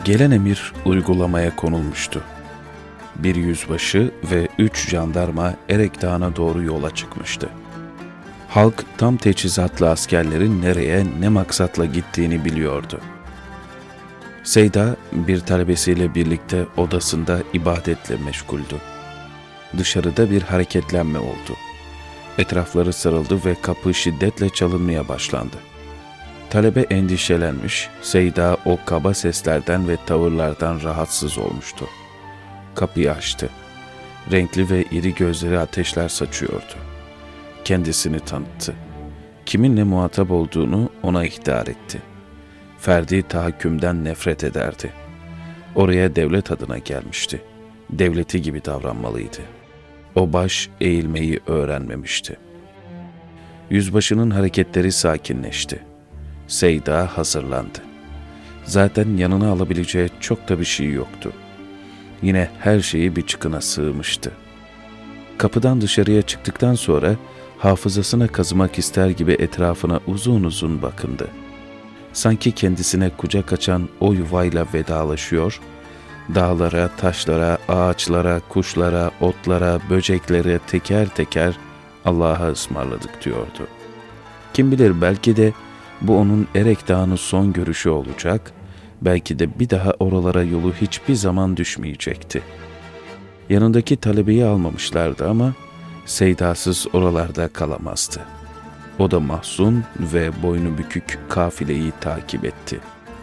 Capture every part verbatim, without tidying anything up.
Gelen emir uygulamaya konulmuştu. Bir yüzbaşı ve üç jandarma Erek Dağı'na doğru yola çıkmıştı. Halk tam teçhizatlı askerlerin nereye, ne maksatla gittiğini biliyordu. Seyda bir talebesiyle birlikte odasında ibadetle meşguldü. Dışarıda bir hareketlenme oldu. Etrafları sarıldı ve kapı şiddetle çalınmaya başlandı. Talebe endişelenmiş, Seyda o kaba seslerden ve tavırlardan rahatsız olmuştu. Kapıyı açtı. Renkli ve iri gözleri ateşler saçıyordu. Kendisini tanıttı. Kiminle muhatap olduğunu ona ihtar etti. Ferdi tahakkümden nefret ederdi. Oraya devlet adına gelmişti. Devleti gibi davranmalıydı. O baş eğilmeyi öğrenmemişti. Yüzbaşının hareketleri sakinleşti. Seyda hazırlandı. Zaten yanına alabileceği çok da bir şey yoktu. Yine her şeyi bir çıkına sığmıştı. Kapıdan dışarıya çıktıktan sonra hafızasına kazımak ister gibi etrafına uzun uzun bakındı. Sanki kendisine kucak açan o yuvayla vedalaşıyor, dağlara, taşlara, ağaçlara, kuşlara, otlara, böceklere teker teker Allah'a ısmarladık diyordu. Kim bilir belki de bu onun Erek Dağı'nın son görüşü olacak, belki de bir daha oralara yolu hiçbir zaman düşmeyecekti. Yanındaki talebeyi almamışlardı ama Seydasız oralarda kalamazdı. O da mahzun ve boynu bükük kafileyi takip etti.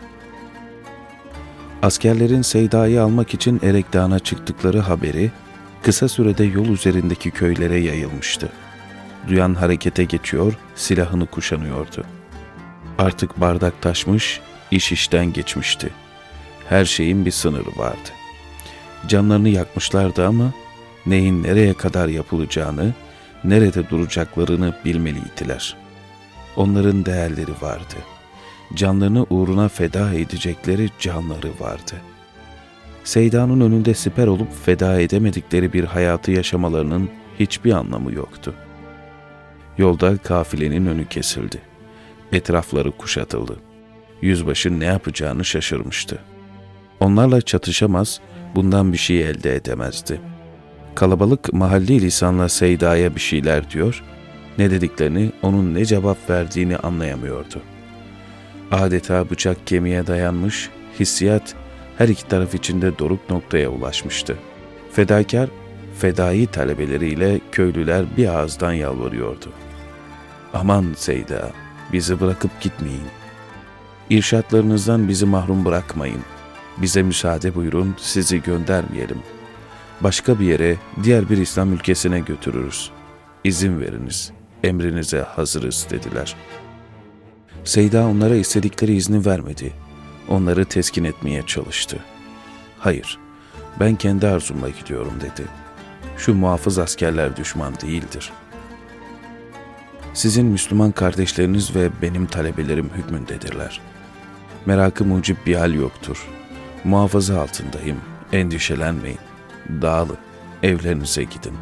Askerlerin Seyda'yı almak için Erek Dağı'na çıktıkları haberi kısa sürede yol üzerindeki köylere yayılmıştı. Duyan harekete geçiyor, silahını kuşanıyordu. Artık bardak taşmış, iş işten geçmişti. Her şeyin bir sınırı vardı. Canlarını yakmışlardı ama neyin nereye kadar yapılacağını, nerede duracaklarını bilmeliydiler. Onların değerleri vardı. Canlarını uğruna feda edecekleri canları vardı. Seyda'nın önünde siper olup feda edemedikleri bir hayatı yaşamalarının hiçbir anlamı yoktu. Yolda kafilenin önü kesildi. Etrafları kuşatıldı. Yüzbaşı ne yapacağını şaşırmıştı. Onlarla çatışamaz, bundan bir şey elde edemezdi. Kalabalık mahalli lisanla Seyda'ya bir şeyler diyor, ne dediklerini, onun ne cevap verdiğini anlayamıyordu. Adeta bıçak kemiğe dayanmış, hissiyat her iki taraf içinde doruk noktaya ulaşmıştı. Fedakar, fedai talebeleriyle köylüler bir ağızdan yalvarıyordu. Aman Seyda, bizi bırakıp gitmeyin. İrşatlarınızdan bizi mahrum bırakmayın. Bize müsaade buyurun, sizi göndermeyelim. Başka bir yere, diğer bir İslam ülkesine götürürüz. İzin veriniz, emrinize hazırız dediler. Seyda onlara istedikleri izni vermedi. Onları teskin etmeye çalıştı. Hayır, ben kendi arzumla gidiyorum dedi. Şu muhafız askerler düşman değildir. Sizin Müslüman kardeşleriniz ve benim talebelerim hükmündedirler. Merakı mucib bir hal yoktur. Muhafaza altındayım, endişelenmeyin. Dağılın, evlerinize gidin.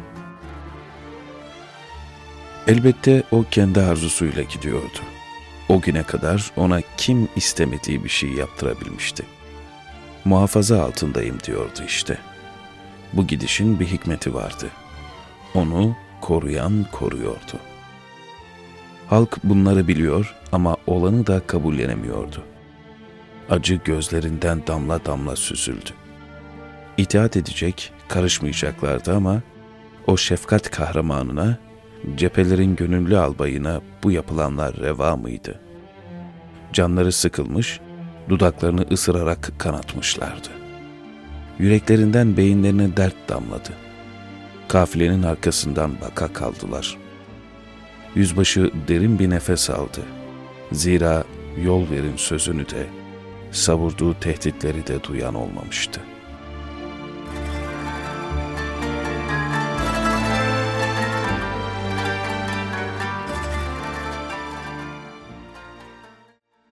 Elbette o kendi arzusuyla gidiyordu. O güne kadar ona kim istemediği bir şey yaptırabilmişti. Muhafaza altındayım diyordu işte. Bu gidişin bir hikmeti vardı. Onu koruyan koruyordu. Halk bunları biliyor ama olanı da kabullenemiyordu. Acı gözlerinden damla damla süzüldü. İtaat edecek, karışmayacaklardı ama o şefkat kahramanına, cephelerin gönüllü albayına bu yapılanlar reva mıydı? Canları sıkılmış, dudaklarını ısırarak kanatmışlardı. Yüreklerinden beyinlerine dert damladı. Kafilenin arkasından baka kaldılar. Yüzbaşı derin bir nefes aldı. Zira yol verin sözünü de, savurduğu tehditleri de duyan olmamıştı.